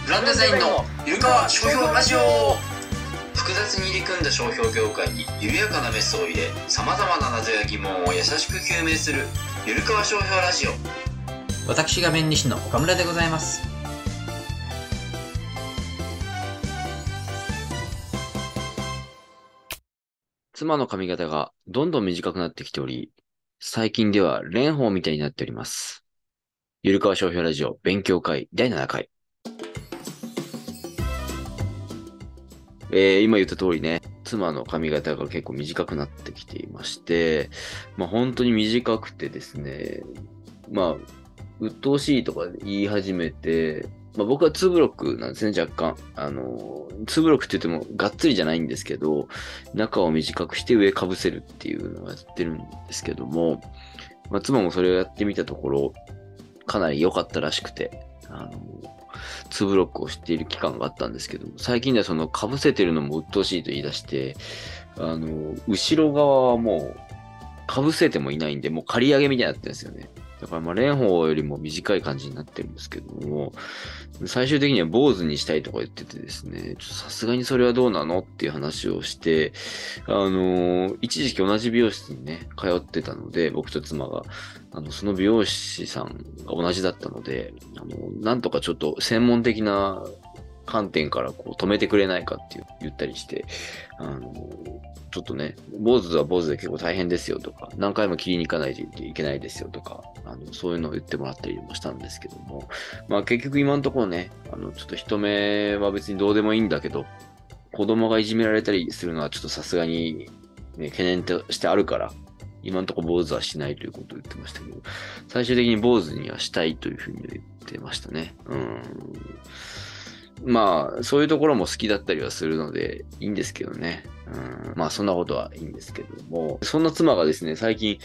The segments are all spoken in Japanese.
グランデザインのゆるかわ商標ラジオ。複雑に入り組んだ商標業界に緩やかなメスを入れ、さまざまな謎や疑問を優しく究明するゆるかわ商標ラジオ。 私が弁理士の岡村でございます。 妻の髪型がどんどん短くなってきており、最近では蓮舫みたいになっております。ゆるかわ商標ラジオ勉強会第7回。今言った通りね、妻の髪型が結構短くなってきていまして、本当に短くてですね、鬱陶しいとか言い始めて、僕は2ブロックなんですね、若干。2ブロックって言ってもがっつりじゃないんですけど、中を短くして上被せるっていうのをやってるんですけども、妻もそれをやってみたところ、かなり良かったらしくて、2ブロックをしている期間があったんですけど、最近ではその被せてるのも鬱陶しいと言い出して、後ろ側はもう被せてもいないんで、もう刈り上げみたいになってるんですよね。だから蓮舫よりも短い感じになってるんですけども、最終的には坊主にしたいとか言っててですね、さすがにそれはどうなのっていう話をして、一時期同じ美容室にね、通ってたので、僕と妻が、その美容師さんが同じだったので、なんとかちょっと専門的な観点からこう止めてくれないかって言ったりして、ちょっとね、坊主は坊主で結構大変ですよとか、何回も切りに行かないといけないですよとか、そういうのを言ってもらったりもしたんですけども、結局今のところね、ちょっと人目は別にどうでもいいんだけど、子供がいじめられたりするのはちょっとさすがに、ね、懸念としてあるから、今のところ坊主はしないということを言ってましたけど、最終的に坊主にはしたいというふうに言ってましたね。そういうところも好きだったりはするのでいいんですけどね。そんなことはいいんですけども、そんな妻がですね、最近、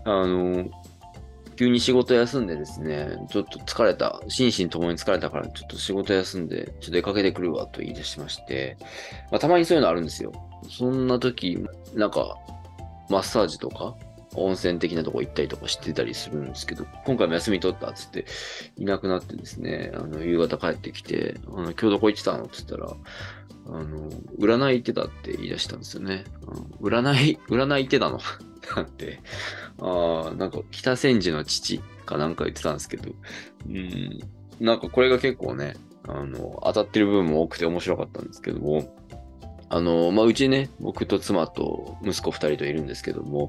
急に仕事休んでですね、ちょっと疲れた、心身ともに疲れたから、ちょっと仕事休んで、ちょっと出かけてくるわと言い出しまして、たまにそういうのあるんですよ。そんな時、なんか、マッサージとか、温泉的なとこ行ったりとかしてたりするんですけど、今回も休み取ったっつっていなくなってですね、夕方帰ってきて、今日どこ行ってたのって言ったら、占い行ってたって言い出したんですよね。占い行ってたのなんて、なんか北千住の父かなんか言ってたんですけど、なんかこれが結構ね、当たってる部分も多くて面白かったんですけども、うちね、僕と妻と息子2人といるんですけども、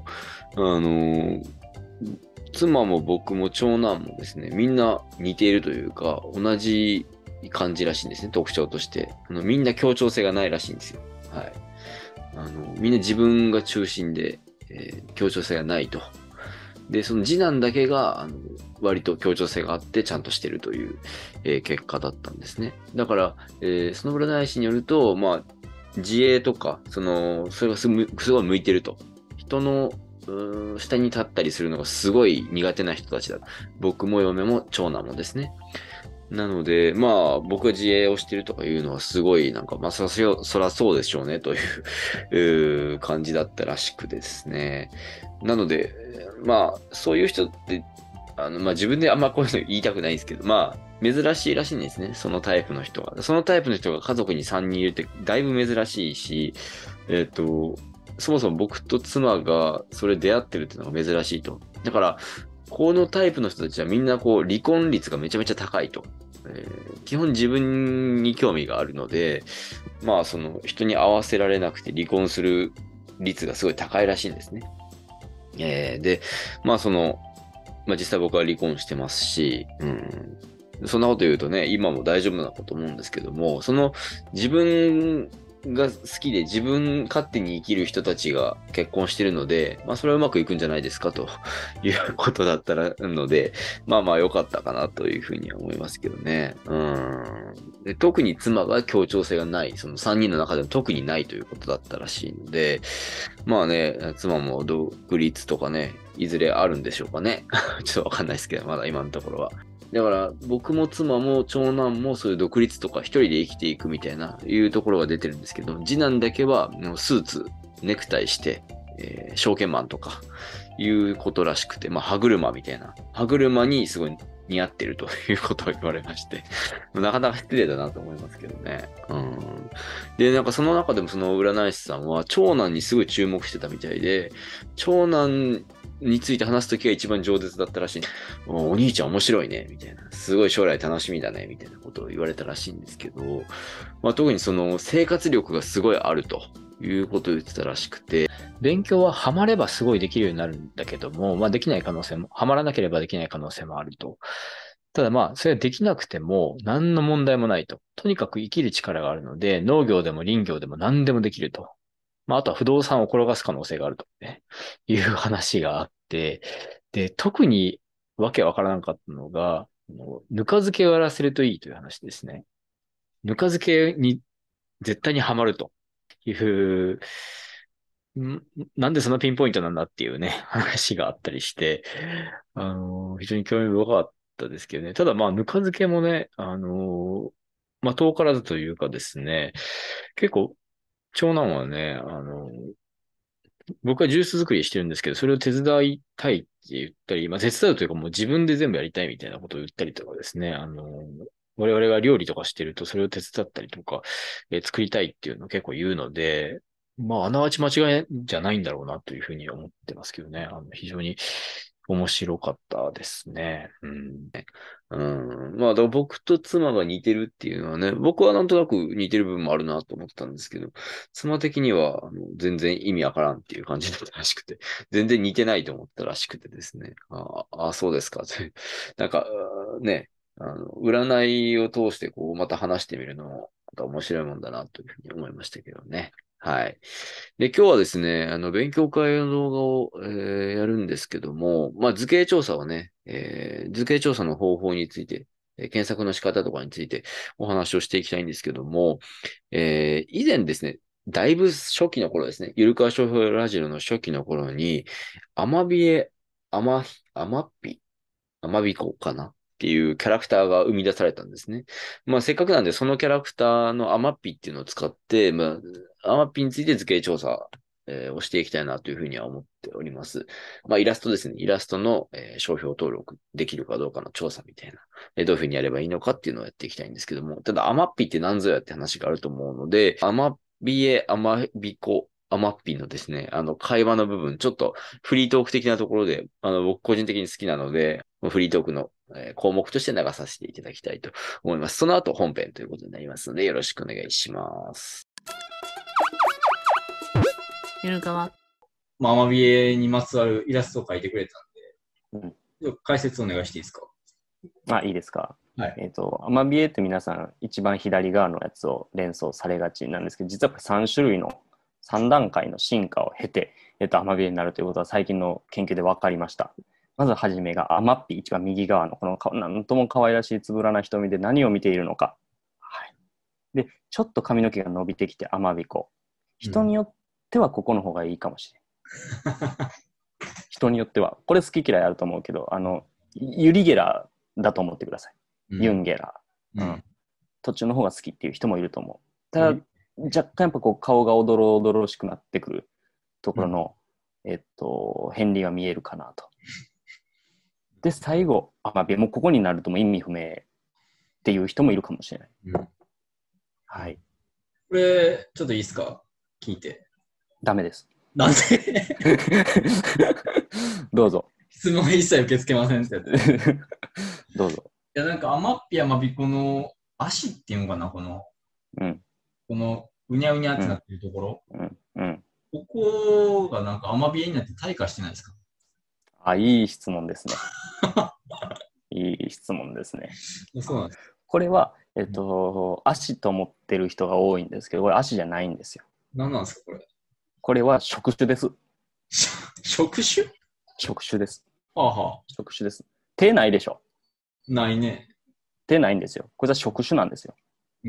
妻も僕も長男もですね、みんな似ているというか、同じ感じらしいんですね、特徴として。みんな協調性がないらしいんですよ。はい。みんな自分が中心で、協調性がないと。で、その次男だけが、割と協調性があってちゃんとしてるという、結果だったんですね。だから、その占い師によると、自営とか、それがすごい向いてると。人の下に立ったりするのがすごい苦手な人たちだ。僕も嫁も長男もですね。なので、僕が自営をしてるとかいうのはすごい、なんか、そらそうでしょうね、という感じだったらしくですね。なので、そういう人って、自分であんまこういうの言いたくないんですけど、珍しいらしいんですね、そのタイプの人が。そのタイプの人が家族に3人いるってだいぶ珍しいし、そもそも僕と妻がそれ出会ってるっていうのが珍しいと。だから、このタイプの人たちはみんなこう離婚率がめちゃめちゃ高いと。基本自分に興味があるので、その人に合わせられなくて離婚する率がすごい高いらしいんですね。で、実際僕は離婚してますし、そんなこと言うとね、今も大丈夫なこと思うんですけども、その自分が好きで自分勝手に生きる人たちが結婚してるので、それはうまくいくんじゃないですかということだったので、良かったかなというふうには思いますけどね。で特に妻が協調性がない、その3人の中でも特にないということだったらしいので、妻も独立とかね、いずれあるんでしょうかね。ちょっとわかんないですけど、まだ今のところは。だから僕も妻も長男もそういう独立とか一人で生きていくみたいないうところが出てるんですけど、次男だけはスーツ、ネクタイして、証券マンとかいうことらしくて、歯車みたいな。歯車にすごい似合ってるということを言われまして、なかなか失礼だなと思いますけどね。で、なんかその中でもその占い師さんは長男にすごい注目してたみたいで、長男について話すときが一番饒舌だったらしい。お兄ちゃん面白いね、みたいな。すごい将来楽しみだね、みたいなことを言われたらしいんですけど、特にその生活力がすごいあるということを言ってたらしくて、 勉強はハマればすごいできるようになるんだけども、できない可能性も、ハマらなければできない可能性もあると。ただそれはできなくても何の問題もないと。とにかく生きる力があるので、農業でも林業でも何でもできると。あとは不動産を転がす可能性があるとね、いう話があって、で、特にわけわからなかったのが、ぬか漬けをやらせるといいという話ですね。ぬか漬けに絶対にはまるという、なんでそんなピンポイントなんだっていうね、話があったりして、非常に興味深かったですけどね。ただぬか漬けもね、遠からずというかですね、結構、長男はね、僕はジュース作りしてるんですけど、それを手伝いたいって言ったり、手伝うというかもう自分で全部やりたいみたいなことを言ったりとかですね、我々が料理とかしてるとそれを手伝ったりとか、作りたいっていうのを結構言うので、あながち間違いじゃないんだろうなというふうに思ってますけどね。非常に面白かったですね。 だから僕と妻が似てるっていうのはね、僕はなんとなく似てる部分もあるなと思ったんですけど、妻的には全然意味わからんっていう感じだったらしくて、全然似てないと思ったらしくてですね。そうですか。なんか、ね、占いを通してまた話してみるのも、また面白いもんだなというふうに思いましたけどね。はい。で、今日はですね、勉強会の動画を、やるんですけども、図形調査をね、図形調査の方法について、検索の仕方とかについてお話をしていきたいんですけども、以前ですね、だいぶ初期の頃ですね、ゆるかわ商標ラジオの初期の頃に、アマビエ、アマピ、アマビコかなっていうキャラクターが生み出されたんですね。せっかくなんで、そのキャラクターのアマッピっていうのを使って、アマッピについて図形調査、をしていきたいなというふうには思っております。イラストですね。イラストの、商標登録できるかどうかの調査みたいな、どういうふうにやればいいのかっていうのをやっていきたいんですけども、ただアマッピって何ぞやって話があると思うので、アマビエ、アマビコ、アマッピのですね、会話の部分、ちょっとフリートーク的なところで、僕個人的に好きなので、フリートークの項目として流させていただきたいと思います。その後本編ということになりますので、よろしくお願いします。 ゆるかわ。 アマビエにまつわるイラストを描いてくれたんで、解説お願いしていいですか？ いいですか。 はい。 アマビエって皆さん一番左側のやつを連想されがちなんですけど、実はこれ3種類の3段階の進化を経て、アマビエになるということは最近の研究で分かりました。まずはじめがアマッピ、一番右側のこのなんとも可愛らしいつぶらな瞳で何を見ているのか。はい。で、ちょっと髪の毛が伸びてきてアマビコ。人によってはここの方がいいかもしれない。人によっては。これ好き嫌いあると思うけど、ユリゲラーだと思ってください。ユンゲラー。途中の方が好きっていう人もいると思う。ただ、若干やっぱ顔がおどろおどろしくなってくるところの、片鱗が見えるかなと。で、最後、アマビエ、もうここになるとも意味不明っていう人もいるかもしれない。はい。 これ、ちょっといいですか？聞いて。 ダメです。 なんで？ どうぞ。 質問一切受け付けませんってやつ。 どうぞ。 いや、なんかアマッピアマビコの足っていうのかな、このうにゃうにゃってなってるところ。ここがなんかアマビエになって退化してないですか？ いい質問ですね。いい質問ですね。 そうなんです。 これは、足と思ってる人が多いんですけど、これ足じゃないんですよ。 何なんですか、これ。 これは触手です。 触手？ 触手です。 触手です。手ないでしょ？ ないね。 手ないんですよ。これは触手なんですよ。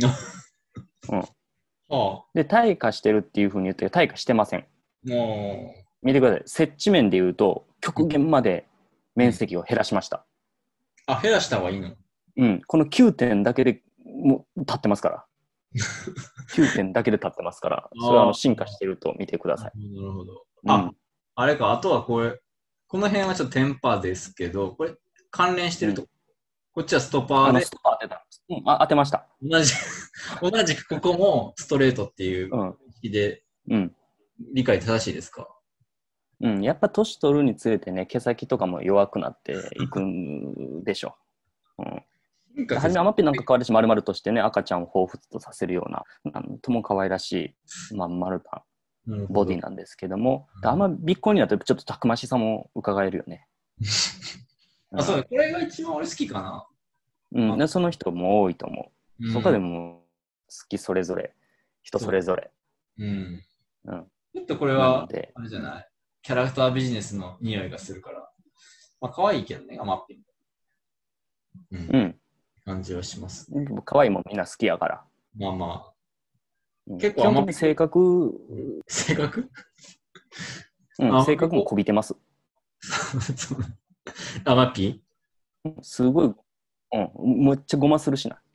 で、退化してるっていうふうに言って、退化してません。見てください。接地面で言うと、極限まで面積を減らしました。 減らした方がいいの？ この9点だけでもう立ってますから。9点だけで立ってますから、それは進化してると見てください。 なるほど。あれか、あとはこの辺はちょっとテンパですけど、これ関連してると。 こっちはストパーで。 ストパー当てた。当てました。 同じくここもストレートっていう意識で、理解正しいですか？ やっぱ年取るにつれてね、毛先とかも弱くなっていくんでしょう。はじめアマッピなんか可愛らしい丸々としてね、赤ちゃんを彷彿とさせるような、なんとも可愛らしい、丸なボディなんですけども、あんまびっこになるとちょっとたくましさも伺えるよね。 そう、これが一番俺好きかな。でその人も多いと思う。そこでも好きそれぞれ、人それぞれ。 ちょっとこれは、あれじゃない。キャラクタービジネスの匂いがするから。まあ、可愛いけどね、アマッピン。感じはします。 可愛いもんみんな好きやから。 まあまあ。結構アマッピン性格性格もこびてます。 アマッピンすごい、めっちゃごまするしな。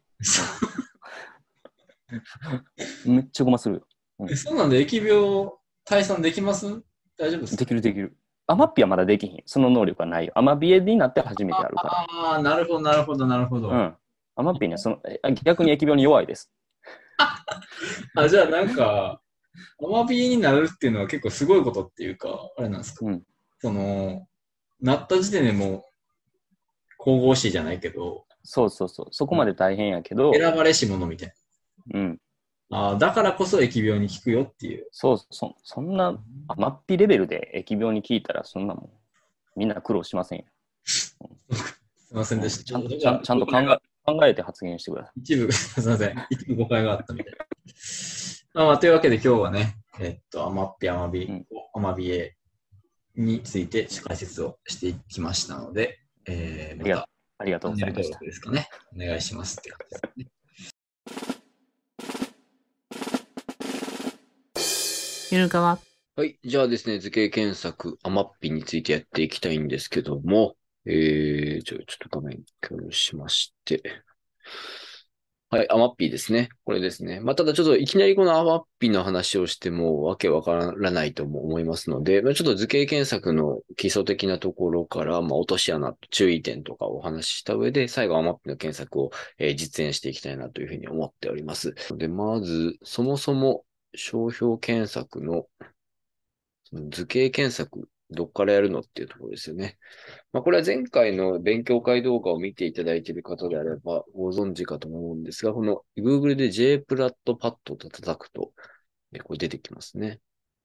めっちゃごまするよ。そうなんで、疫病退散できます？大丈夫ですか？ できる。アマッピはまだできひん。その能力はないよ。アマビエになって初めてやるから。 ああ、なるほど。 アマッピは逆に疫病に弱いです。 じゃあなんか、アマビエになるっていうのは結構すごいことっていうか、あれなんですか？なった時点でもう、神々しいじゃないけど。 そう。そこまで大変やけど。 選ばれし者みたいな。だからこそ疫病に効くよっていう。 そんな、アマッピレベルで疫病に効いたら、そんなもん、みんな苦労しませんよ。 すいませんでした。 ちゃんと考えて発言してください。 すいません。一部誤解があったみたいな。というわけで今日はね、アマッピ、アマビエについて解説をしていきましたので、またありがとうございました。 ですかね。お願いしますって感じですね。 ゆるかわ。 はい。じゃあですね、図形検索、アマッピについてやっていきたいんですけども、じゃあちょっと画面共有しまして。はい、アマッピですね。これですね。ただちょっといきなりこのアマッピの話をしてもわけわからないとも思いますので、ちょっと図形検索の基礎的なところから、落とし穴、注意点とかをお話しした上で、最後アマッピの検索を、実演していきたいなというふうに思っております。で、まず、そもそも商標検索の図形検索、どっからやるのっていうところですよね。これは前回の勉強会動画を見ていただいている方であればご存知かと思うんですが、この Google で JPlatPad と叩くと、これ出てきますね。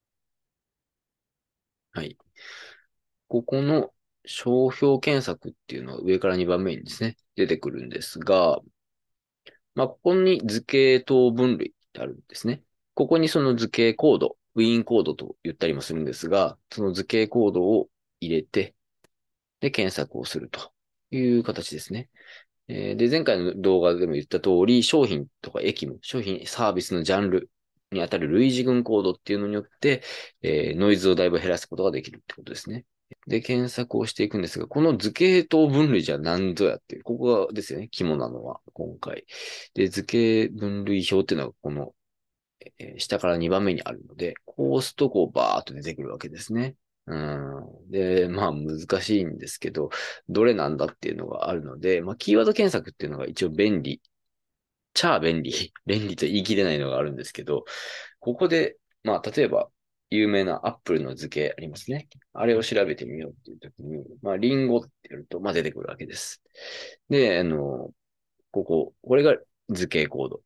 はい。ここの商標検索っていうのは上から2番目にですね、出てくるんですが、ここに図形等分類ってあるんですね。ここにその図形コード、ウィーンコードと言ったりもするんですが、その図形コードを入れて、で、検索をするという形ですね。で、前回の動画でも言った通り、商品とか駅務、商品サービスのジャンルにあたる類似群コードっていうのによって、ノイズをだいぶ減らすことができるってことですね。で、検索をしていくんですが、この図形等分類じゃ何ぞやっていう、ここがですよね、肝なのは、今回。で、図形分類表っていうのは、この、下から2番目にあるので、こう押すとこうバーっと出てくるわけですね。で、難しいんですけど、どれなんだっていうのがあるので、キーワード検索っていうのが一応便利。便利と言い切れないのがあるんですけど、ここで、例えば、有名なアップルの図形ありますね。あれを調べてみようっていうときに、リンゴってやると、出てくるわけです。で、これが図形コード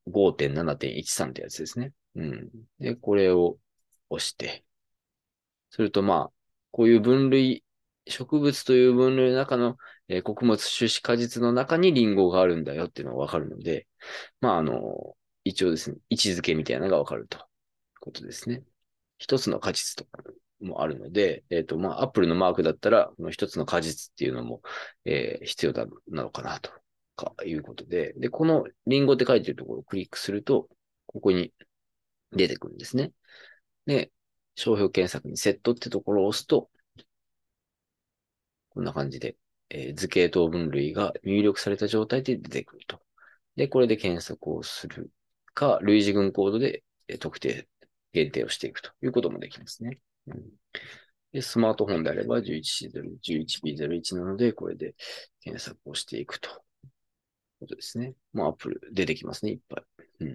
5.7.13 ってやつですね。で、これを押して、するとこういう分類、植物という分類の中の、穀物、種子、果実の中にリンゴがあるんだよっていうのがわかるので、一応ですね、位置づけみたいなのがわかるということですね。一つの果実とかもあるので、アップルのマークだったら、この一つの果実っていうのも、必要なのかなということで、で、このリンゴって書いてるところをクリックすると、ここに出てくるんですね。で、商標検索にセットってところを押すと、こんな感じで、図形等分類が入力された状態で出てくると。で、これで検索をするか、類似群コードで特定、限定をしていくということもできますね。で、スマートフォンであれば 11C0、11B01 なので、これで検索をしていくとことですね。まあ、Apple 出てきますね、いっぱい。うん。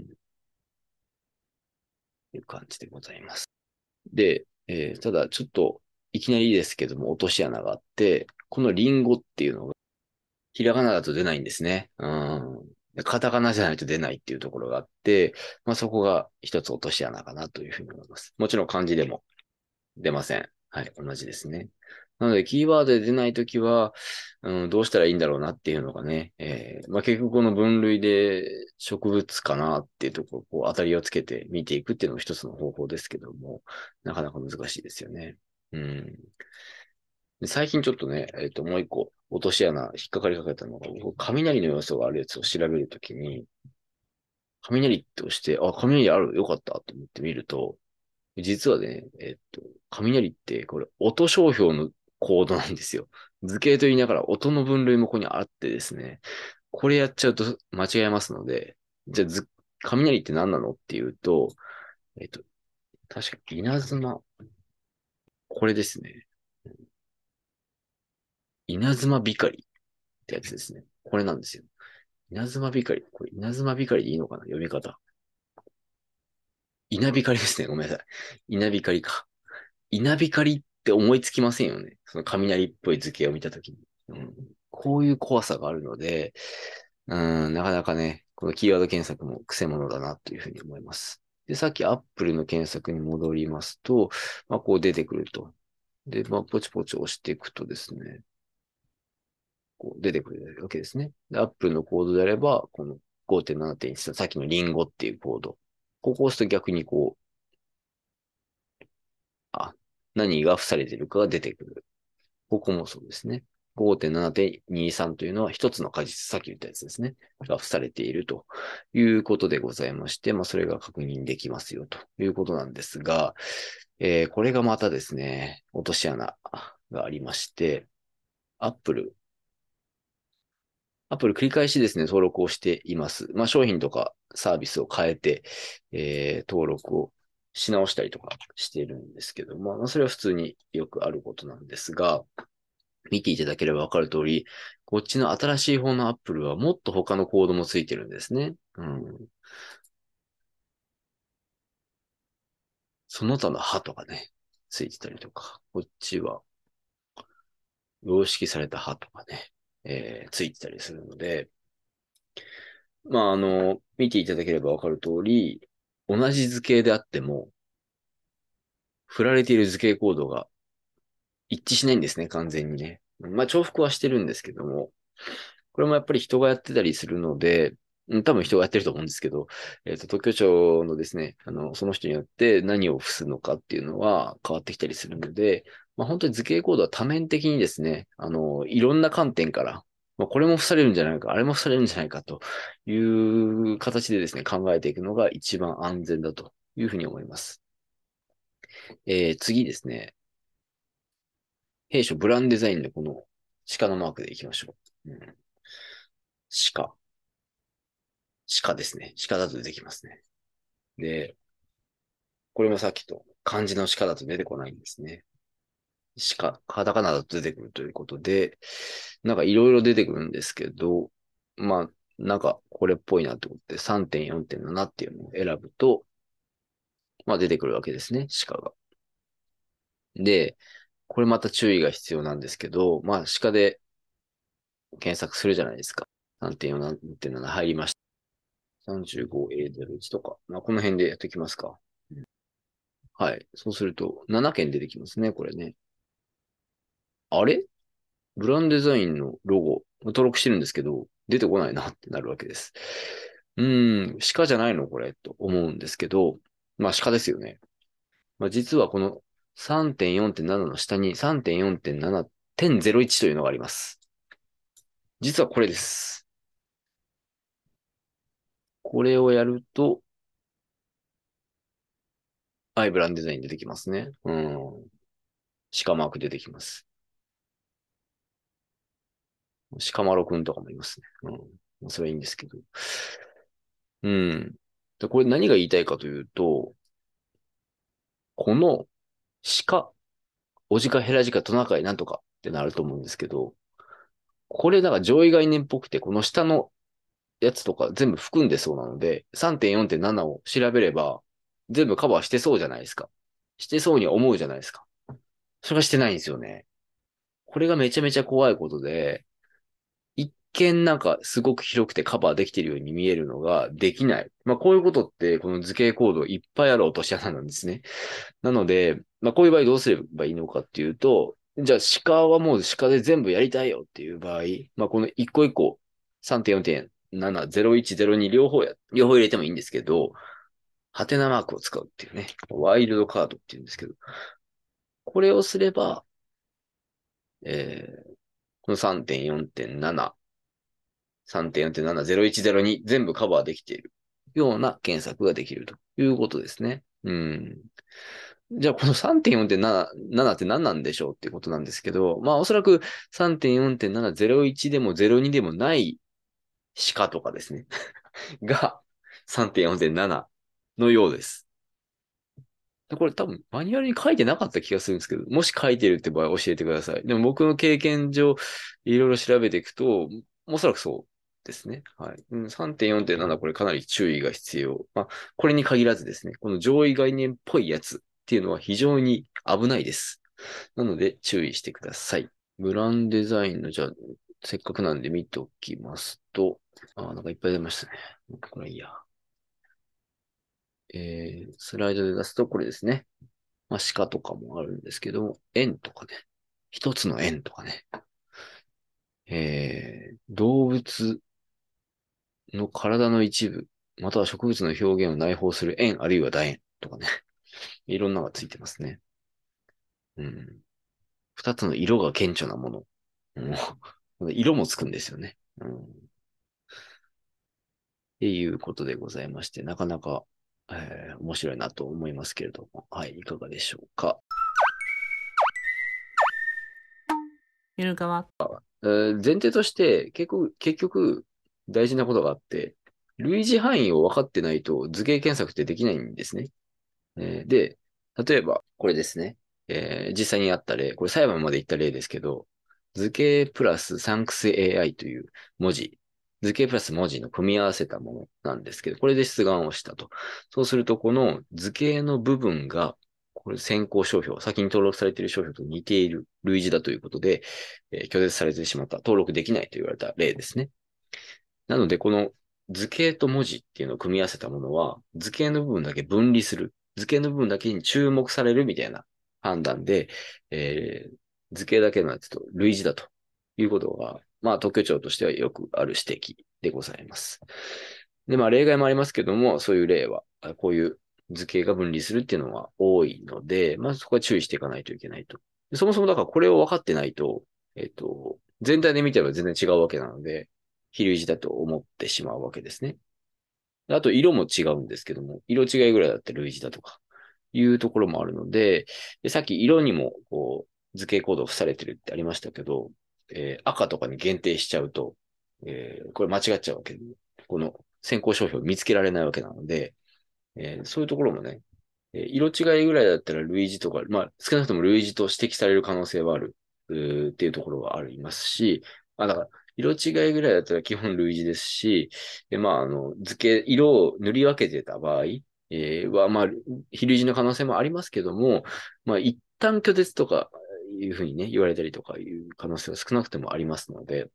という感じでございます。で、ただちょっと、いきなりですけども、落とし穴があって、このリンゴっていうのが、ひらがなだと出ないんですね。うん。でカタカナじゃないと出ないっていうところがあって、まあそこが一つ落とし穴かなというふうに思います。もちろん漢字でも出ません。はい、同じですね。なので、キーワードで出ないときは、どうしたらいいんだろうなっていうのがね、まあ、結局この分類で植物かなっていうところをこう当たりをつけて見ていくっていうのも一つの方法ですけども、なかなか難しいですよね。うん。で最近ちょっとね、もう一個落とし穴引っかかりかけたのが、僕雷の要素があるやつを調べるときに、雷って押して、あ、雷ある、よかったと思ってみると、実はね、雷ってこれ音商標のコードなんですよ。図形と言いながら音の分類もここにあってですね、これやっちゃうと間違えますので、じゃあ雷って何なのっていうと、えっと、確か稲妻、これですね。稲妻光ってやつですね。これなんですよ。稲妻光。これ稲妻光でいいのかな読み方。稲光ですね。ごめんなさい。稲光か。稲光って思いつきませんよね。その雷っぽい図形を見たときに、こういう怖さがあるので、なかなかね、このキーワード検索も癖者だなというふうに思います。で、さっき Apple の検索に戻りますと、まあ、こう出てくると。で、まあ、ポチポチ押していくとですね、こう出てくるわけですね。で、Apple のコードであれば、この 5.7.1 さっきのリンゴっていうコード。ここを押すと逆にこう、何が付されているかが出てくる。ここもそうですね。5.7.23 というのは一つの果実、さっき言ったやつですね。が付されているということでございまして、まあ、それが確認できますよということなんですが、これがまたですね、落とし穴がありまして、Apple 繰り返しですね、登録をしています。まあ、商品とかサービスを変えて、登録をし直したりとかしているんですけども、まあ、それは普通によくあることなんですが、見ていただければわかる通り、こっちの新しい方の Apple はもっと他のコードもついてるんですね。その他の歯とかね、ついてたりとか、こっちは様式された歯とかね、ついてたりするので、まあ、見ていただければわかる通り、同じ図形であっても、振られている図形コードが一致しないんですね、完全にね。まあ、重複はしてるんですけども、これもやっぱり人がやってたりするので、多分人がやってると思うんですけど、特許庁のですね、その人によって何を付すのかっていうのは変わってきたりするので、まあ、本当に図形コードは多面的にですね、いろんな観点から、まあ、これも付されるんじゃないか、あれも付されるんじゃないかという形でですね、考えていくのが一番安全だというふうに思います。次ですね。弊社ブランデザインのこの鹿のマークでいきましょう。鹿。鹿ですね。鹿だと出てきますね。で、これもさっきと漢字の鹿だと出てこないんですね。鹿、カタカナだと出てくるということで、なんかいろいろ出てくるんですけど、まあ、なんかこれっぽいなと思って3.4.7 っていうのを選ぶと、まあ出てくるわけですね、鹿が。で、これまた注意が必要なんですけど、まあ鹿で検索するじゃないですか。3.4.7入りました。35A01 とか。まあこの辺でやっておきますか。はい。そうすると、7件出てきますね、これね。あれブランデザインのロゴ、登録してるんですけど、出てこないなってなるわけです。鹿じゃないのこれ、と思うんですけど、まあ鹿ですよね。まあ実はこの3.4.7の下に3.4.7.01というのがあります。実はこれです。これをやると、ブランデザイン出てきますね。鹿マーク出てきます。鹿丸くんとかもいますね。それはいいんですけど。でこれ何が言いたいかというと、この鹿、おじかヘラジカトナカイなんとかってなると思うんですけど、これなんか上位概念っぽくて、この下のやつとか全部含んでそうなので、3.4.7 を調べれば、全部カバーしてそうじゃないですか。してそうに思うじゃないですか。それがしてないんですよね。これがめちゃめちゃ怖いことで、一見なんかすごく広くてカバーできてるように見えるのができない。まあこういうことってこの図形コードいっぱいある落とし穴なんですね。なので、まあこういう場合どうすればいいのかっていうと、じゃあ鹿はもう鹿で全部やりたいよっていう場合、まあこの一個一個3.4.7、0102両方入れてもいいんですけど、ハテナマークを使うっていうね、ワイルドカードっていうんですけど、これをすれば、この3.4.7、3.4.7、0102全部カバーできているような検索ができるということですね。うん。じゃあこの3.4.7って何なんでしょうっていうことなんですけど、まあおそらく3.4.701でも02でもない鹿とかですね。が3.4.7のようです。これ多分マニュアルに書いてなかった気がするんですけど、もし書いてるって場合教えてください。でも僕の経験上いろいろ調べていくと、おそらくそうですね。はい。3.4.7 これかなり注意が必要。まあ、これに限らずですね、この上位概念っぽいやつっていうのは非常に危ないです。なので注意してください。ブランデザインの、じゃあ、せっかくなんで見ておきますと、なんかいっぱい出ましたね。これいいや。スライドで出すとこれですね。まあ、鹿とかもあるんですけど、円とかね。一つの円とかね。動物の体の一部、または植物の表現を内包する円あるいは楕円とかね。いろんなのがついてますね。うん。二つの色が顕著なもの。色もつくんですよね。っていうことでございまして、なかなか、面白いなと思いますけれども、はい、いかがでしょうか。 ゆるかわ。 前提として結局大事なことがあって、類似範囲を分かってないと図形検索ってできないんですね。で、例えばこれですね。実際にあった例、これ裁判まで行った例ですけど、図形プラスサンクス AI という文字、図形プラス文字の組み合わせたものなんですけど、これで出願をしたと。そうすると、この図形の部分が、これ先行商標、先に登録されている商標と似ている類似だということで、拒絶されてしまった、登録できないと言われた例ですね。なので、この図形と文字っていうのを組み合わせたものは、図形の部分だけ分離する。図形の部分だけに注目されるみたいな判断で、図形だけのやつと類似だということが、まあ特許庁としてはよくある指摘でございます。で、まあ例外もありますけども、そういう例は、こういう図形が分離するっていうのは多いので、まずそこは注意していかないといけないと。そもそもだからこれを分かってないと、全体で見てば全然違うわけなので、比類似だと思ってしまうわけですね。あと色も違うんですけども、色違いぐらいだって類似だとかいうところもあるので、さっき色にもこう図形コードを付されてるってありましたけど、赤とかに限定しちゃうと、これ間違っちゃうわけで、この先行商標を見つけられないわけなので、そういうところもね、色違いぐらいだったら類似とか、まあ少なくとも類似と指摘される可能性はあるっていうところはありますし、まあだから色違いぐらいだったら基本類似ですし、まあ色を塗り分けてた場合、はまあ非類似の可能性もありますけども、まあ一旦拒絶とかいうふうにね、言われたりとかいう可能性は少なくてもありますので、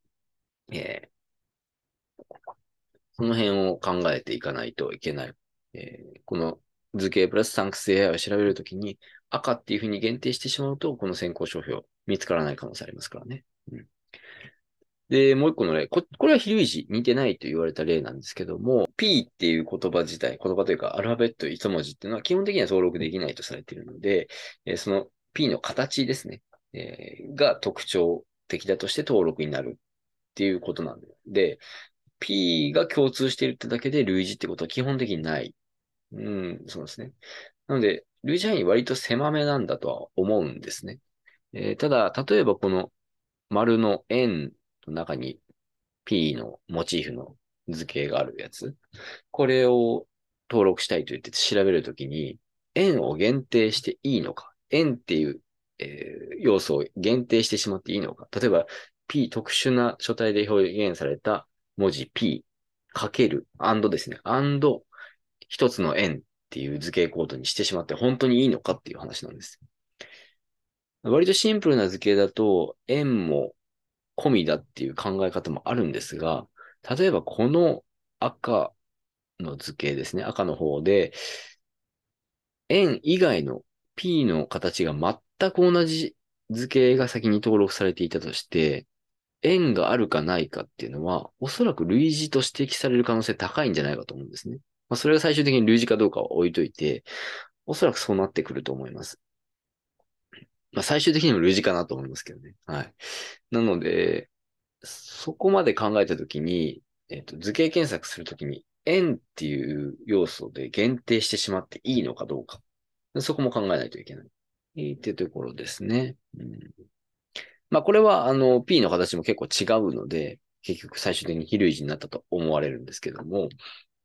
その辺を考えていかないといけない。この図形プラスサンクス AI を調べるときに赤っていうふうに限定してしまうと、この先行商標見つからない可能性ありますからね。で、もう一個の例、これは非類似、似てないと言われた例なんですけども、P っていう言葉自体、言葉というかアルファベット一文字っていうのは基本的には登録できないとされているので、その P の形ですね、が特徴的だとして登録になるっていうことなんで、P が共通しているってだけで類似ってことは基本的にない。そうですね。なので、類似範囲割と狭めなんだとは思うんですね。ただ、例えばこの丸の円の中に P のモチーフの図形があるやつ。これを登録したいと言って調べるときに、円を限定していいのか。円っていう、要素を限定してしまっていいのか。例えば、特殊な書体で表現された文字 P かける、ですね。一つの円っていう図形コードにしてしまって本当にいいのかっていう話なんです。割とシンプルな図形だと円も込みだっていう考え方もあるんですが、例えばこの赤の図形ですね。赤の方で、円以外の P の形が全く同じ図形が先に登録されていたとして、円があるかないかっていうのは、おそらく類似と指摘される可能性高いんじゃないかと思うんですね。それが最終的に類似かどうかは置いといて、おそらくそうなってくると思います。最終的にも類似かなと思いますけどね。はい。なので、そこまで考えたときに、図形検索するときに、円っていう要素で限定してしまっていいのかどうか。そこも考えないといけない。っていうところですね。これは、P の形も結構違うので、結局最終的に非類似になったと思われるんですけども、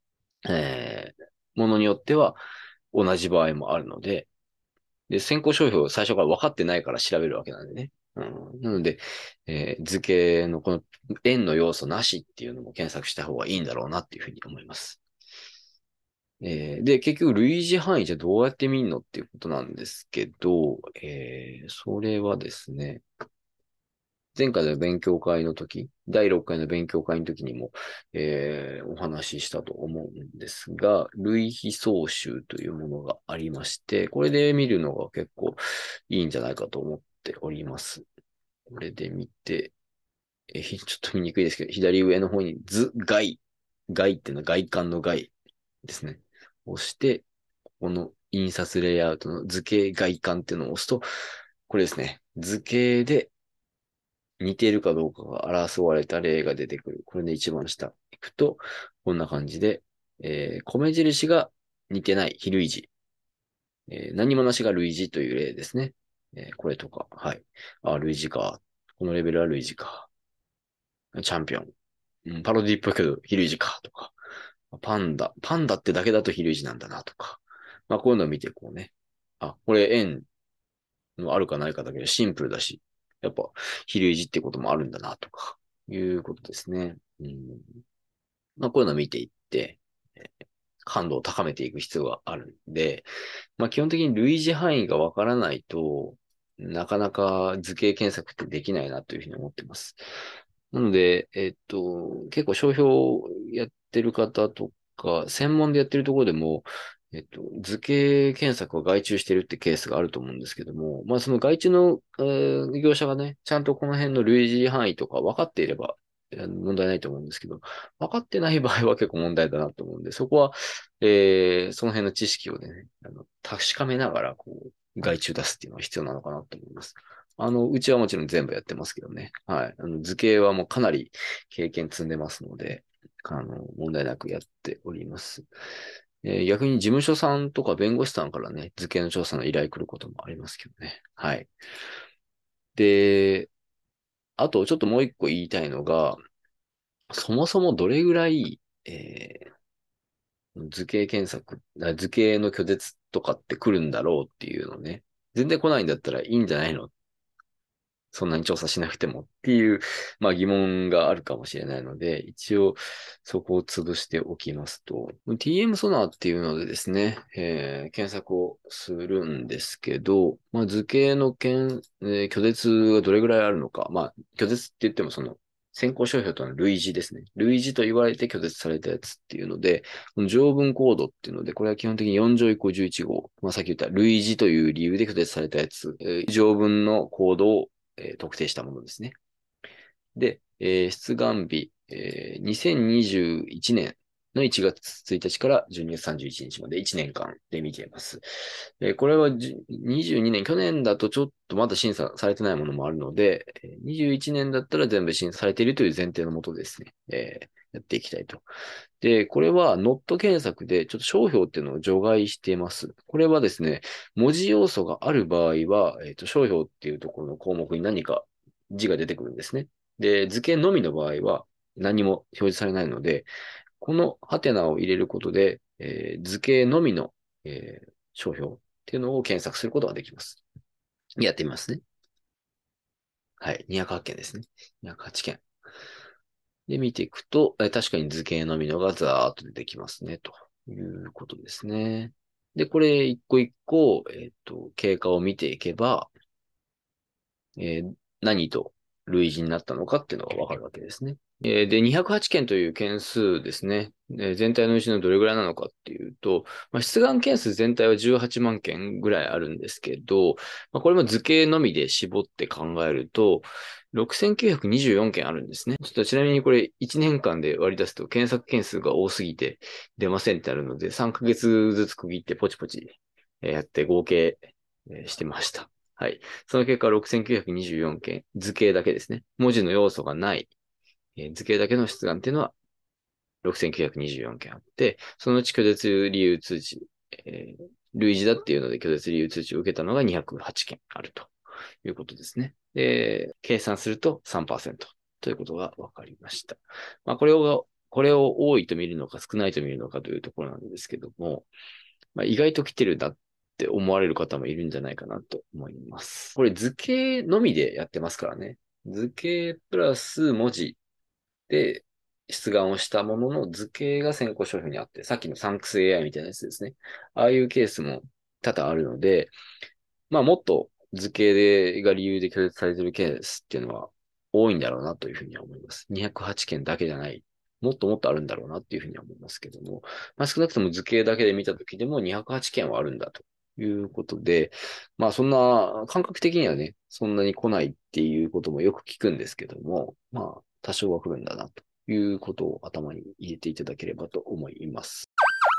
ものによっては同じ場合もあるので、先行商標を最初から分かってないから調べるわけなんでね。なので、図形のこの円の要素なしっていうのも検索した方がいいんだろうなっていうふうに思います。で、結局類似範囲じゃどうやって見るのっていうことなんですけど、それはですね、前回の勉強会の時、第6回の勉強会の時にも、お話ししたと思うんですが、類比総集というものがありまして、これで見るのが結構いいんじゃないかと思っております。これで見て、ちょっと見にくいですけど、左上の方に外っていうのは外観の外ですね。押して、この印刷レイアウトの図形外観っていうのを押すと、これですね。図形で似ているかどうかが争われた例が出てくる。これで一番下行くと、こんな感じで、米印が似てない、非類似。何もなしが類似という例ですね。これとか、はい。類似か。このレベルは類似か。チャンピオン。パロディっぽいけど、非類似か。とか。パンダってだけだと非類似なんだな。とか。こういうのを見て、こうね。これ円のあるかないかだけどシンプルだし、やっぱ比類似ってこともあるんだなとか、いうことですね。こういうのを見ていって、感度を高めていく必要があるんで、基本的に類似範囲がわからないとなかなか図形検索ってできないなというふうに思ってます。なので、結構商標やってる方とか、専門でやってるところでも、図形検索を外注してるってケースがあると思うんですけども、その外注の、業者がね、ちゃんとこの辺の類似範囲とか分かっていれば、問題ないと思うんですけど、分かってない場合は結構問題だなと思うんで、そこは、その辺の知識をね、確かめながら、外注出すっていうのは必要なのかなと思います。うちはもちろん全部やってますけどね。はい。図形はもうかなり経験積んでますので、問題なくやっております。逆に事務所さんとか弁護士さんからね、図形の調査の依頼来ることもありますけどね。はい。で、あとちょっともう一個言いたいのが、そもそもどれぐらい、図形検索、図形の拒絶とかって来るんだろうっていうのね。全然来ないんだったらいいんじゃないの、そんなに調査しなくてもっていう、疑問があるかもしれないので、一応そこを潰しておきますと、TM ソナーっていうのでですね、検索をするんですけど、図形の拒絶がどれぐらいあるのか、拒絶って言っても先行商標との類似ですね。類似と言われて拒絶されたやつっていうので、この条文コードっていうので、これは基本的に4条以降11号。さっき言った類似という理由で拒絶されたやつ、条文のコードを特定したものですね。で、出願日、2021年の1月1日から12月31日まで1年間で見ています。これは22年、去年だとちょっとまだ審査されてないものもあるので、21年だったら全部審査されているという前提のもとですね、やっていきたいと。で、これはノット検索でちょっと商標っていうのを除外しています。これはですね、文字要素がある場合は、商標っていうところの項目に何か字が出てくるんですね。で、図形のみの場合は何も表示されないので、このハテナを入れることで、図形のみの、商標っていうのを検索することができます。やってみますね。はい。208件ですね。208件。 で、見ていくと、確かに図形のみのがザーッと出てきますね、ということですね。で、これ一個一個、経過を見ていけば、何と類似になったのかっていうのがわかるわけですね。で、208件という件数ですね。全体のうちのどれぐらいなのかっていうと、出願件数全体は18万件ぐらいあるんですけど、これも図形のみで絞って考えると、6924件あるんですね。ちょっとちなみにこれ1年間で割り出すと検索件数が多すぎて出ませんってあるので、3ヶ月ずつ区切ってポチポチやって合計してました。はい。その結果6924件、図形だけですね。文字の要素がない図形だけの出願っていうのは6924件あって、そのうち拒絶理由通知、類似だっていうので拒絶理由通知を受けたのが208件あるということですね。で、計算すると 3% ということが分かりました。これを多いと見るのか少ないと見るのかというところなんですけども、意外と来てるんだって思われる方もいるんじゃないかなと思います。これ図形のみでやってますからね。図形プラス文字で出願をしたものの図形が先行商標にあって、さっきのサンクス AI みたいなやつですね。ああいうケースも多々あるので、もっと図形が理由で拒絶されているケースっていうのは多いんだろうなというふうには思います。208件だけじゃない。もっともっとあるんだろうなっていうふうには思いますけども、少なくとも図形だけで見たときでも208件はあるんだということで、そんな、感覚的にはね、そんなに来ないっていうこともよく聞くんですけども、多少は来るんだなということを頭に入れていただければと思います。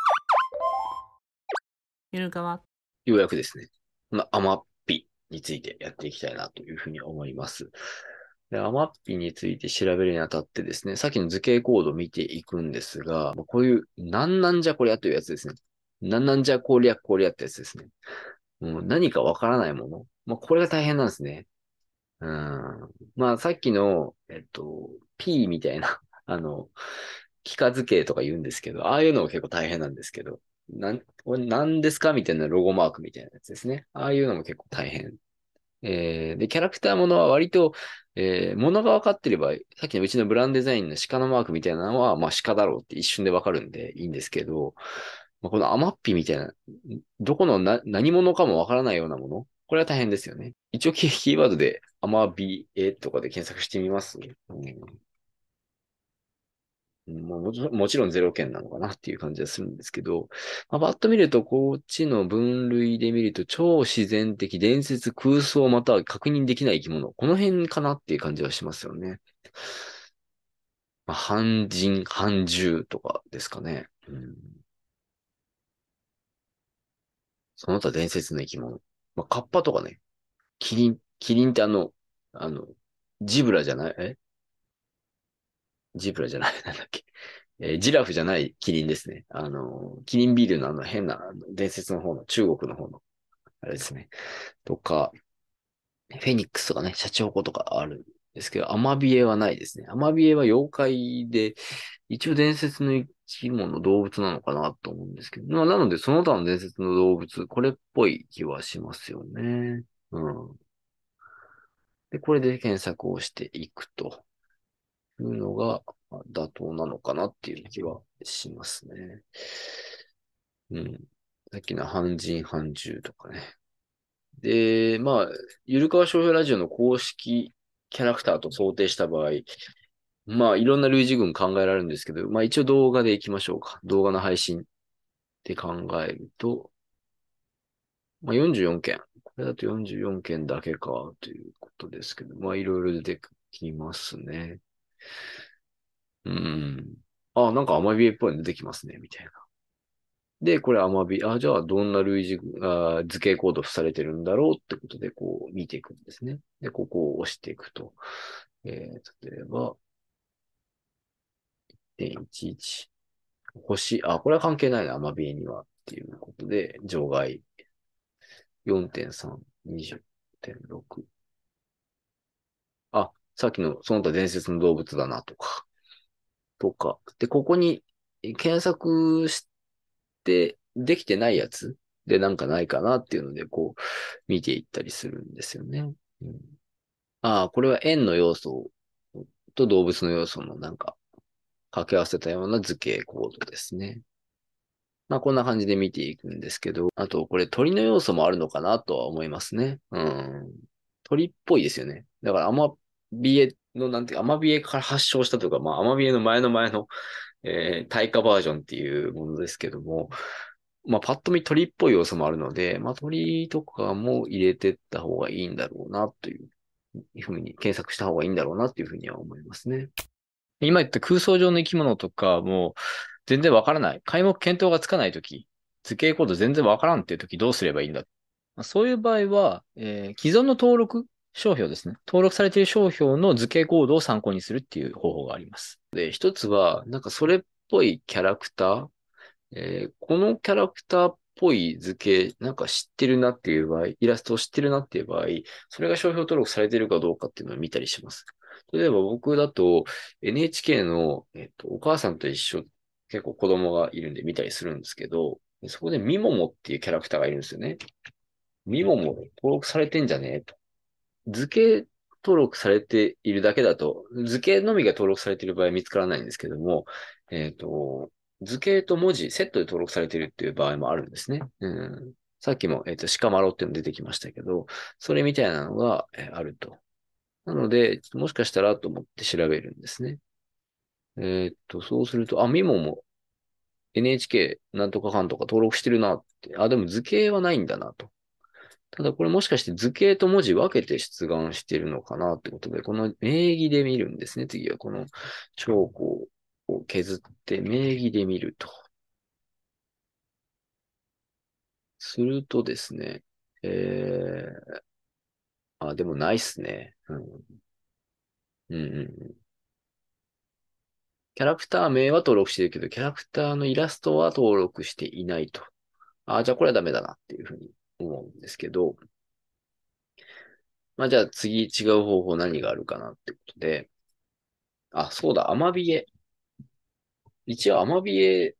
ゆるかわ。 ようやくですね、アマッピについてやっていきたいなというふうに思います。で、アマッピについて調べるにあたってですね、さっきの図形コードを見ていくんですが、こういう、なんじゃこりゃというやつですね。なんじゃこりゃってやつですね。もう何かわからないもの。これが大変なんですね。さっきの、P みたいな、幾何図形とか言うんですけど、ああいうのも結構大変なんですけど、これ何ですかみたいなロゴマークみたいなやつですね。ああいうのも結構大変。で、キャラクターものは割と、ものが分かってれば、さっきのうちのブランドデザインの鹿のマークみたいなのは、鹿だろうって一瞬で分かるんでいいんですけど、このアマッピみたいな、どこの何者かも分からないようなもの、これは大変ですよね。一応キーワードでアマビエとかで検索してみます。もちろんゼロ件なのかなっていう感じがするんですけど、パッと見ると、こっちの分類で見ると、超自然的、伝説、空想、または確認できない生き物。この辺かなっていう感じはしますよね。半人、半獣とかですかね。その他伝説の生き物。カッパとかね。キリンってあの、ジブラじゃないジブラじゃない、なんだっけ。ジラフじゃないキリンですね。キリンビールの変な伝説の方の中国の方の、あれですね。とか、フェニックスとかね、シャチホコとかあるんですけど、アマビエはないですね。アマビエは妖怪で、一応伝説の生き物、動物なのかなと思うんですけど、なのでその他の伝説の動物、これっぽい気はしますよね。で、これで検索をしていくというのが妥当なのかなっていう気はしますね。さっきの半人半獣とかね。で、ゆるかわ商標ラジオの公式キャラクターと想定した場合、いろんな類似群考えられるんですけど、一応動画でいきましょうか。動画の配信って考えると、44件。これだと44件だけかということですけど、いろいろ出てきますね。なんかアマビエっぽいの出てきますね、みたいな。で、これアマビ、じゃあどんな類似、図形コード付されてるんだろうってことで、こう見ていくんですね。で、ここを押していくと。例えば、1.11。これは関係ないな、アマビエには。っていうことで、除外。4.3、20.6。さっきのその他伝説の動物だなとか。で、ここに検索してできてないやつでなんかないかなっていうので、こう見ていったりするんですよね。これは円の要素と動物の要素のなんか掛け合わせたような図形コードですね。まあこんな感じで見ていくんですけど、あとこれ鳥の要素もあるのかなとは思いますね。うん。鳥っぽいですよね。だからアマビエの、なんていうか、アマビエから発祥したというか、まあアマビエの前の前の、対価バージョンっていうものですけども、まあパッと見鳥っぽい要素もあるので、まあ鳥とかも入れてった方がいいんだろうなというふうに検索した方がいいんだろうなっていうふうには思いますね。 今言った空想上の生き物とかも全然わからない。皆目見当がつかないとき、図形コード全然わからんっていうときどうすればいいんだ。まあそういう場合は、既存の登録商標ですね。登録されている商標の図形コードを参考にするっていう方法があります。 で、一つは、なんかそれっぽいキャラクター、このキャラクターっぽい図形、なんか知ってるなっていう場合、イラストを知ってるなっていう場合、それが商標登録されているかどうかっていうのを見たりします。例えば僕だと NHK の、お母さんと一緒、結構子供がいるんで見たりするんですけど、そこでミモモっていうキャラクターがいるんですよね。ミモモ登録されてんじゃねえと。図形登録されているだけだと、図形のみが登録されている場合は見つからないんですけども、図形と文字セットで登録されているっていう場合もあるんですね。さっきも、鹿マロっていうの出てきましたけど、それみたいなのが、あると。なので、もしかしたらと思って調べるんですね。そうすると、ミモも NHK なんとかかんとか登録してるなって。でも図形はないんだなと。ただこれもしかして図形と文字分けて出願してるのかなってことで、この名義で見るんですね。次はこの証拠を削って名義で見ると。するとですね、でもないっすね。キャラクター名は登録してるけど、キャラクターのイラストは登録していないと。じゃあこれはダメだなっていうふうに思うんですけど、じゃあ次違う方法何があるかなってことで、そうだ、アマビエ。一応アマビエ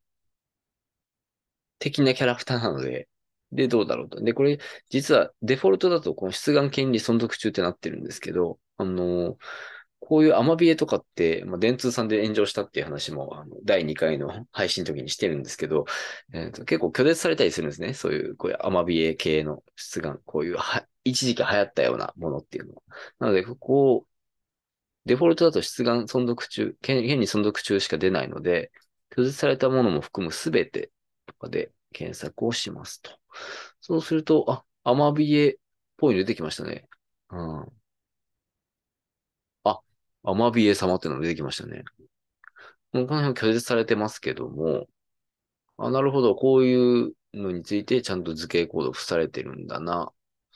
的なキャラクターなので、で、どうだろうと。で、これ、実はデフォルトだとこの出願権利存続中ってなってるんですけど、こういうアマビエとかって、電通さんで炎上したっていう話も、第2回の配信の時にしてるんですけど、結構拒絶されたりするんですね。そういう、こういうアマビエ系の出願、こういう一時期流行ったようなものっていうのは。なので、デフォルトだと出願存続中、権利存続中しか出ないので、拒絶されたものも含むすべてとかで検索をしますと。そうすると、アマビエっぽいの出てきましたね。うん。アマビエ様っていうのが出てきましたね。もうこの辺拒絶されてますけども、なるほど、こういうのについてちゃんと図形コード付されてるんだな。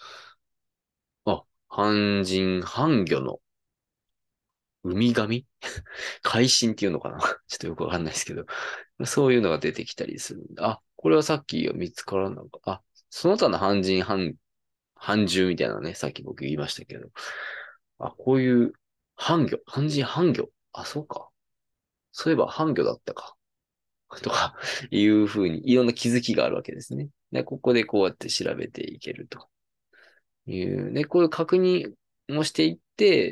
半人半魚のウミガメ海進っていうのかなちょっとよくわかんないですけど。そういうのが出てきたりするんだ。これはさっき見つからなかった。その他の半獣みたいなね、さっき僕言いましたけど。こういう半人半魚。そうか。そういえば半魚だったか。とか、いうふうに、いろんな気づきがあるわけですね。で、ここでこうやって調べていけるという。で、こういう確認もしていって、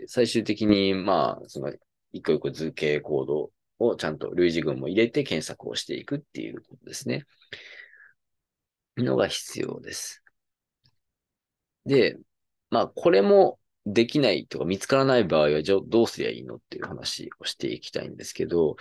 最終的に、その、一個一個図形コードをちゃんと類似群も入れて検索をしていくっていうことですね。のが必要です。で、これもできないとか見つからない場合は、じゃあどうすりゃいいのっていう話をしていきたいんですけど、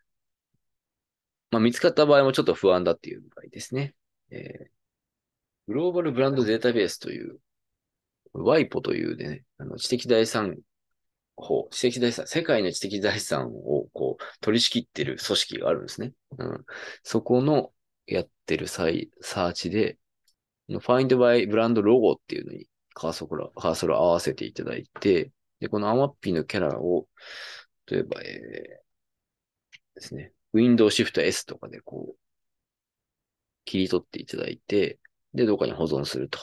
見つかった場合もちょっと不安だっていう場合ですね。グローバルブランドデータベースという、WIPO というね、知的財産知的財産、世界の知的財産を取り仕切ってる組織があるんですね。そこのやってるサーチで、Find by ブランドロゴっていうのにカーソルを合わせていただいて、で、このアマッピーのキャラを、例えば、ですね、Windows Shift S とかで切り取っていただいて、で、どこかに保存すると。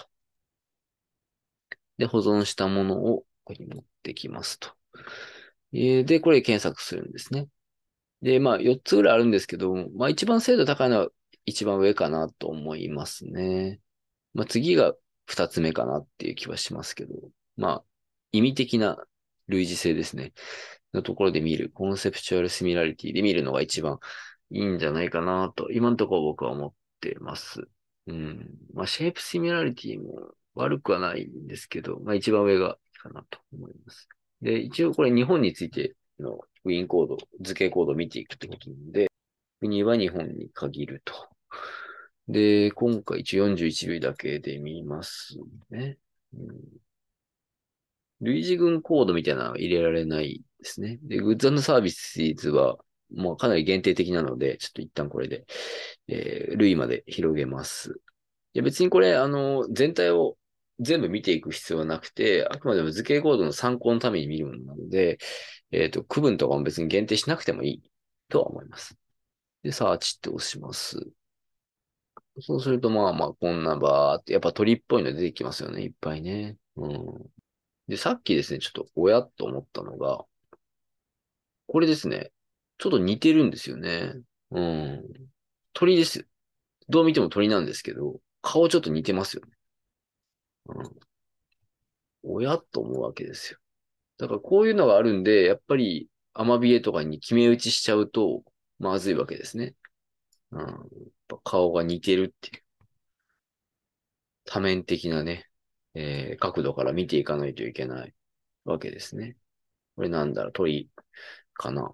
で、保存したものをここに持ってきますと。で、これ検索するんですね。で、4つぐらいあるんですけど、一番精度高いのは一番上かなと思いますね。次が2つ目かなっていう気はしますけど、意味的な類似性ですね。 のところで見る、コンセプチュアルシミラリティで見るのが一番いいんじゃないかなと、今のところ僕は思ってます。うん。まあ、シェイプシミラリティも悪くはないんですけど、まあ一番上がいいかなと思います。で、一応これ日本についてのウィンコード、図形コードを見ていくってことなので、国は日本に限ると。で、今回一応41秒だけで見ますね。類似群コードみたいなのは入れられないですね。で、グッズ&サービスは、もうかなり限定的なので、ちょっと一旦これで、類まで広げます。いや別にこれ、全体を全部見ていく必要はなくて、あくまでも図形コードの参考のために見るものなので、区分とかも別に限定しなくてもいいとは思います。で、サーチって押します。そうすると、まあまあ、こんなバーって、やっぱ鳥っぽいの出てきますよね、いっぱいね。うん。で、さっきですね、ちょっとおやっと思ったのが、これですね、ちょっと似てるんですよね。うん。鳥ですよ。どう見ても鳥なんですけど、顔ちょっと似てますよね。うん。おやっと思うわけですよ。だからこういうのがあるんで、やっぱりアマビエとかに決め打ちしちゃうと、まずいわけですね。うん。やっぱ顔が似てるっていう多面的なね、角度から見ていかないといけないわけですね。これなんだろう、鳥かな。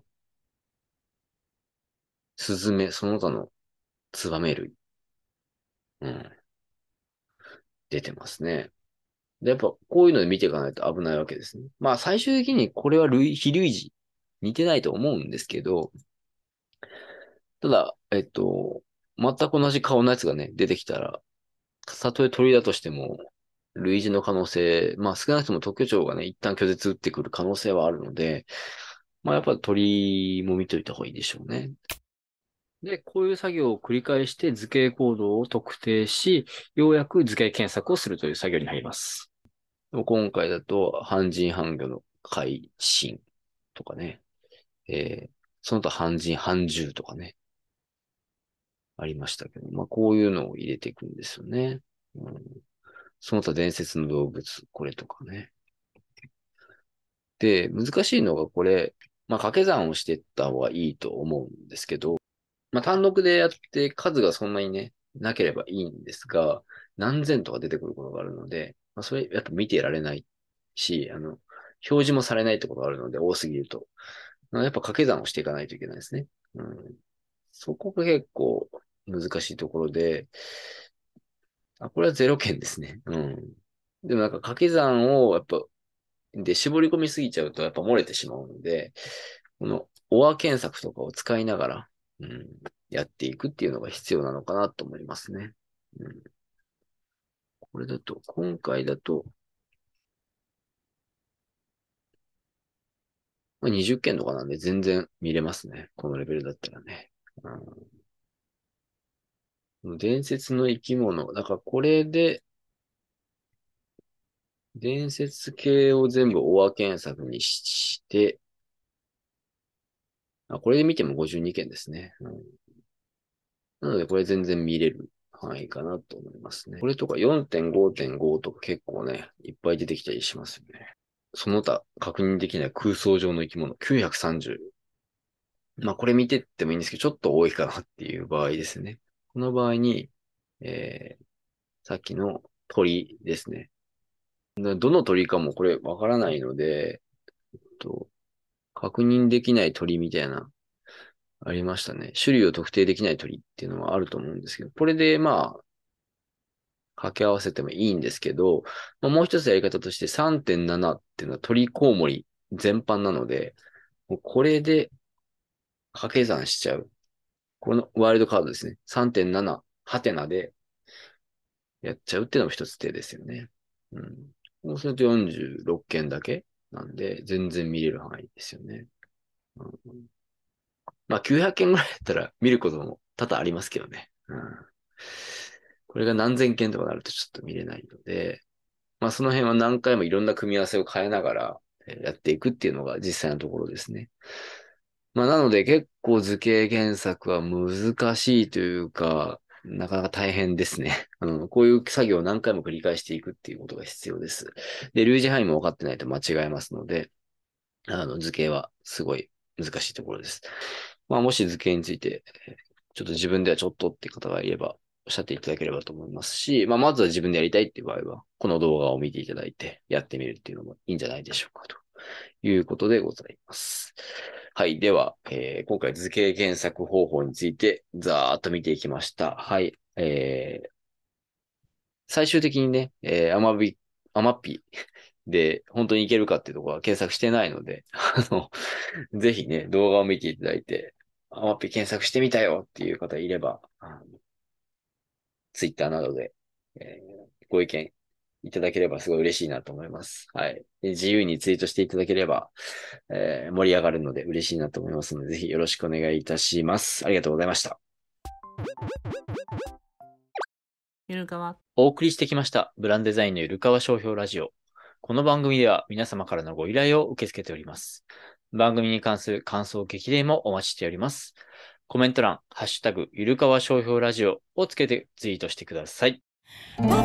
スズメ、その他のツバメ類。うん。出てますね。で、やっぱこういうので見ていかないと危ないわけですね。まあ最終的にこれは非類似。似てないと思うんですけど、ただ、全く同じ顔のやつがね、出てきたら、たとえ鳥だとしても、類似の可能性、まあ少なくとも特許庁がね、一旦拒絶打ってくる可能性はあるので、まあやっぱり鳥も見といた方がいいでしょうね。で、こういう作業を繰り返して図形コードを特定し、ようやく図形検索をするという作業に入ります。今回だと、半人半魚の海進とかね、その他半人半獣とかね、ありましたけど、まあこういうのを入れていくんですよね。うん、その他伝説の動物、これとかね。で、難しいのがこれ、まあ掛け算をしていった方がいいと思うんですけど、まあ単独でやって数がそんなにね、なければいいんですが、何千とか出てくることがあるので、まあそれやっぱ見てられないし、表示もされないってことがあるので、多すぎると。やっぱ掛け算をしていかないといけないですね。うん、そこが結構難しいところで、これはゼロ件ですね。うん。でもなんか掛け算をやっぱ、で、絞り込みすぎちゃうとやっぱ漏れてしまうので、このオア検索とかを使いながら、うん、やっていくっていうのが必要なのかなと思いますね。うん、これだと、今回だと、まあ、20件とかなんで全然見れますね。このレベルだったらね。伝説の生き物。だからこれで、伝説系を全部オア検索にして、これで見ても52件ですね。なのでこれ全然見れる範囲かなと思いますね。これとか4.5.5 とか結構ね、いっぱい出てきたりしますよね。その他確認できない空想上の生き物930。まあこれ見てってもいいんですけど、ちょっと多いかなっていう場合ですね。この場合に、さっきの鳥ですね。どの鳥かもこれわからないので、確認できない鳥みたいな、ありましたね。種類を特定できない鳥っていうのはあると思うんですけど、これでまあ、掛け合わせてもいいんですけど、まあ、もう一つやり方として3.7っていうのは鳥コウモリ全般なので、もうこれで掛け算しちゃう。このワイルドカードですね。3.7ハテナでやっちゃうっていうのも一つ手ですよね。うん。そうすると46件だけなんで、全然見れる範囲ですよね。うん、まあ900件ぐらいだったら見ることも多々ありますけどね。うん、これが何千件とかなるとちょっと見れないので、まあその辺は何回もいろんな組み合わせを変えながらやっていくっていうのが実際のところですね。まあなので結構図形検索は難しいというか、なかなか大変ですね。こういう作業を何回も繰り返していくっていうことが必要です。で、類似範囲も分かってないと間違えますので、 図形はすごい難しいところです。まあ、もし図形について、ちょっと自分ではちょっとって方がいれば、おっしゃっていただければと思いますし、まあ、まずは自分でやりたいっていう場合は、この動画を見ていただいて、やってみるっていうのもいいんじゃないでしょうか、ということでございます。はい。では、今回図形検索方法について、ざーっと見ていきました。はい。最終的にね、アマピで本当にいけるかっていうところは検索してないので、ぜひね、動画を見ていただいて、アマピ検索してみたよっていう方いれば、ツイッターなどで、ご意見いただければすごい嬉しいなと思います。はい。で自由にツイートしていただければ、盛り上がるので嬉しいなと思いますので、ぜひよろしくお願いいたします。ありがとうございました。 ゆるかわ。 お送りしてきましたブランデザインのゆるかわ商標ラジオ。この番組では皆様からのご依頼を受け付けております。番組に関する感想、激励もお待ちしております。コメント欄、ハッシュタグ、ゆるかわ商標ラジオをつけてツイートしてください。 エンデ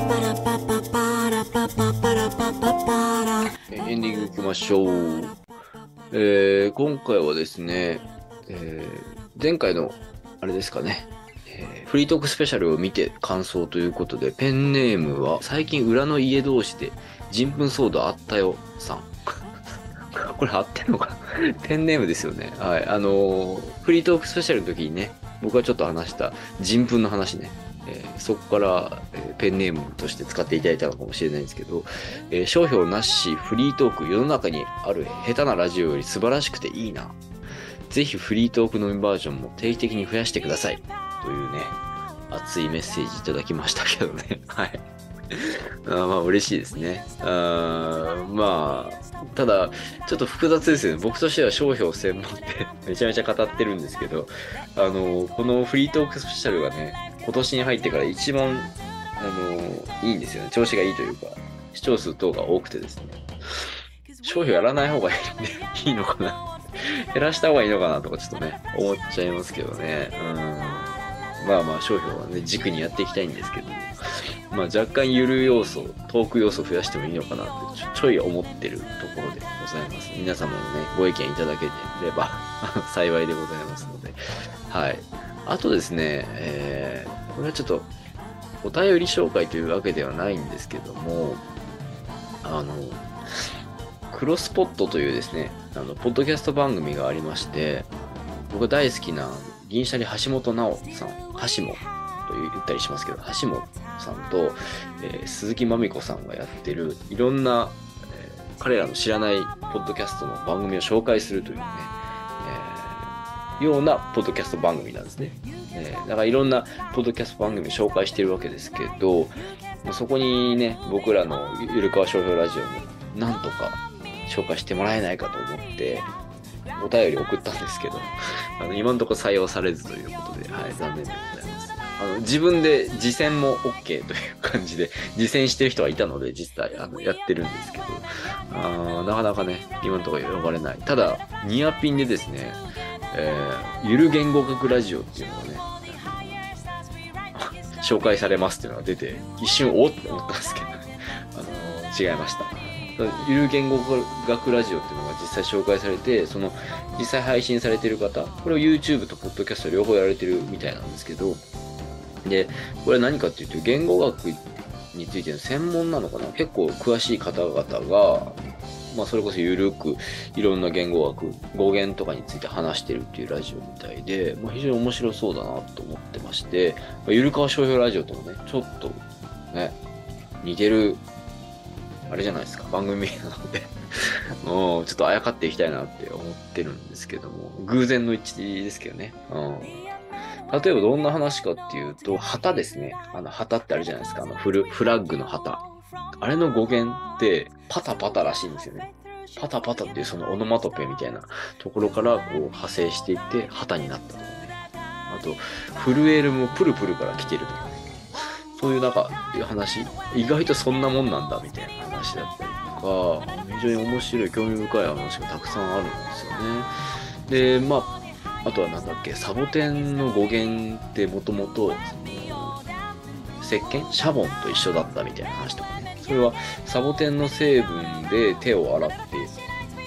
ィング行きましょう。今回はですね、前回のあれですかね、フリートークスペシャルを見て感想ということで、ペンネームは最近裏の家同士で人糞騒動あったよさん。これ合ってんのかなペンネームですよね。はい。フリートークスペシャルの時にね、僕がちょっと話した人糞の話ね。そこから、ペンネームとして使っていただいたのかもしれないんですけど、商標なしフリートーク、世の中にある下手なラジオより素晴らしくていいな。ぜひフリートークのみバージョンも定期的に増やしてください。というね、熱いメッセージいただきましたけどね。はい。まあ嬉しいですね。まあ、ただ、ちょっと複雑ですよね。僕としては商標専門ってめちゃめちゃ語ってるんですけど、このフリートークスペシャルがね、今年に入ってから一番、いいんですよね。調子がいいというか、視聴数等が多くてですね。商標やらない方がいいのかな。減らした方がいいのかなとかちょっとね、思っちゃいますけどね。まあまあ商標はね、軸にやっていきたいんですけど、まあ若干ゆる要素、トーク要素を増やしてもいいのかなってちょい思ってるところでございます。皆様のね、ご意見いただければ幸いでございますので。はい。あとですね、これはちょっとお便り紹介というわけではないんですけども、クロスポットというですね、ポッドキャスト番組がありまして、僕が大好きな銀シャリ橋本直さん、橋本と言ったりしますけど、橋本さんと、鈴木まみこさんがやってるいろんな、彼らの知らないポッドキャストの番組を紹介するというね、ようなポッドキャスト番組なんですね。だからいろんなポッドキャスト番組を紹介してるわけですけど、そこにね、僕らのゆるかわ商標ラジオになんとか紹介してもらえないかと思ってお便り送ったんですけど、今のところ採用されずということで、はい、残念でございます。自分で実践も OK という感じで実践してる人はいたので実際やってるんですけど、なかなかね今のところ呼ばれない。ただニアピンでですね、ゆる言語学ラジオっていうのがね紹介されますっていうのが出て一瞬おって思ったんですけど、違いました。ゆる言語学ラジオっていうのが実際紹介されて、その実際配信されてる方、これを YouTube と Podcast 両方やられてるみたいなんですけど、で、これは何かっていうと、言語学についての専門なのかな、結構詳しい方々が、まあそれこそゆるくいろんな言語学、語源とかについて話してるっていうラジオみたいで、まあ、非常に面白そうだなと思ってまして、ゆるかわ商標ラジオともね、ちょっとね、似てる、あれじゃないですか、番組なのでもうちょっとあやかっていきたいなって思ってるんですけども、偶然の一致ですけどね。例えばどんな話かっていうと、旗ですね。旗ってあるじゃないですか。フラッグの旗。あれの語源ってパタパタらしいんですよね。パタパタっていうそのオノマトペみたいなところからこう派生していって旗になったとかね。あと、震えるもプルプルから来てるとかね。そういうなんか話、意外とそんなもんなんだみたいな話だったりとか、非常に面白い興味深い話がたくさんあるんですよね。で、まあ、あとはなんだっけ、サボテンの語源ってもともと石鹸シャボンと一緒だったみたいな話とかね。それはサボテンの成分で手を洗っていたりとか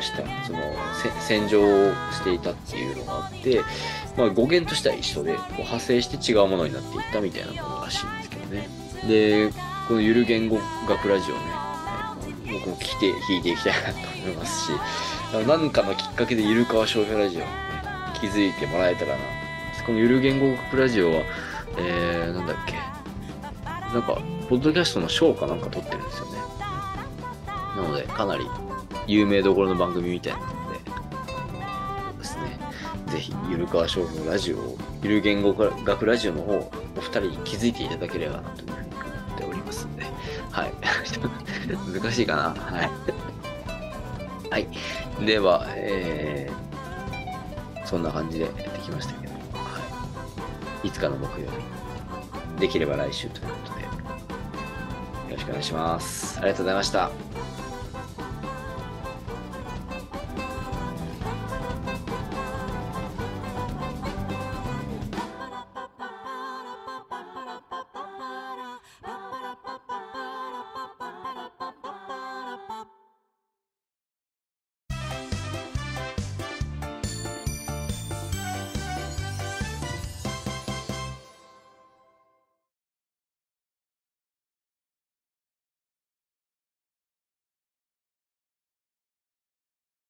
した、洗浄をしていたっていうのがあって、まあ、語源としては一緒で、こう派生して違うものになっていったみたいなものらしいんですけどね。で、このゆる言語学ラジオね、僕も聞いていきたいなと思いますし、何かのきっかけでゆるかわ商標ラジオに、ね、気づいてもらえたらな。このゆる言語学ラジオは、なんだっけ、なんか、ポッドキャストの賞かなんか撮ってるんですよね。なので、かなり有名どころの番組みたいなので、そうですね。ぜひ、ゆるかわ商標ラジオを、ゆる言語学ラジオの方、お二人に気づいていただければなというふうに思っておりますので、はい。難しいかな。はい。はい。では、そんな感じでやってきましたけど、はい。いつかの木曜日、できれば来週ということで、よろしくお願いします。ありがとうございました。